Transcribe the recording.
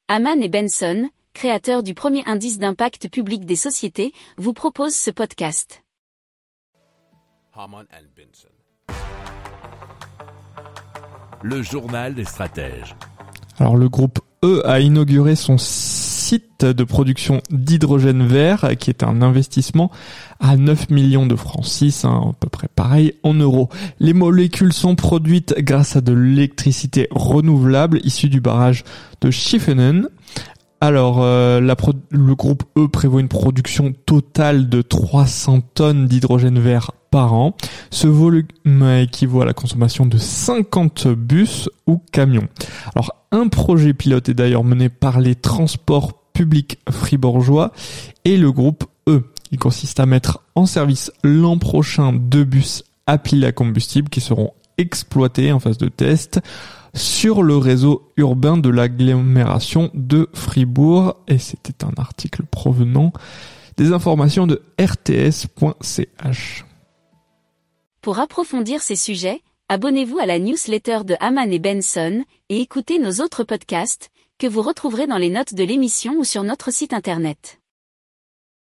Hamann et Benson, créateurs du premier indice d'impact public des sociétés, vous proposent ce podcast. Hamann and Benson. Le journal des stratèges. Alors le groupe E a inauguré son site de production d'hydrogène vert, qui est un investissement à 9 millions de francs suisses, à peu près pareil en euros. Les molécules sont produites grâce à de l'électricité renouvelable issue du barrage de Schiffenen. Alors, le groupe E prévoit une production totale de 300 tonnes d'hydrogène vert par an. Ce volume équivaut à la consommation de 50 bus ou camions. Alors, un projet pilote est d'ailleurs mené par les transports publics fribourgeois et le groupe E. Il consiste à mettre en service l'an prochain 2 bus à pile à combustible qui seront exploités en phase de test sur le réseau urbain de l'agglomération de Fribourg. Et c'était un article provenant des informations de rts.ch. Pour approfondir ces sujets, abonnez-vous à la newsletter de Hamann et Benson et écoutez nos autres podcasts que vous retrouverez dans les notes de l'émission ou sur notre site internet.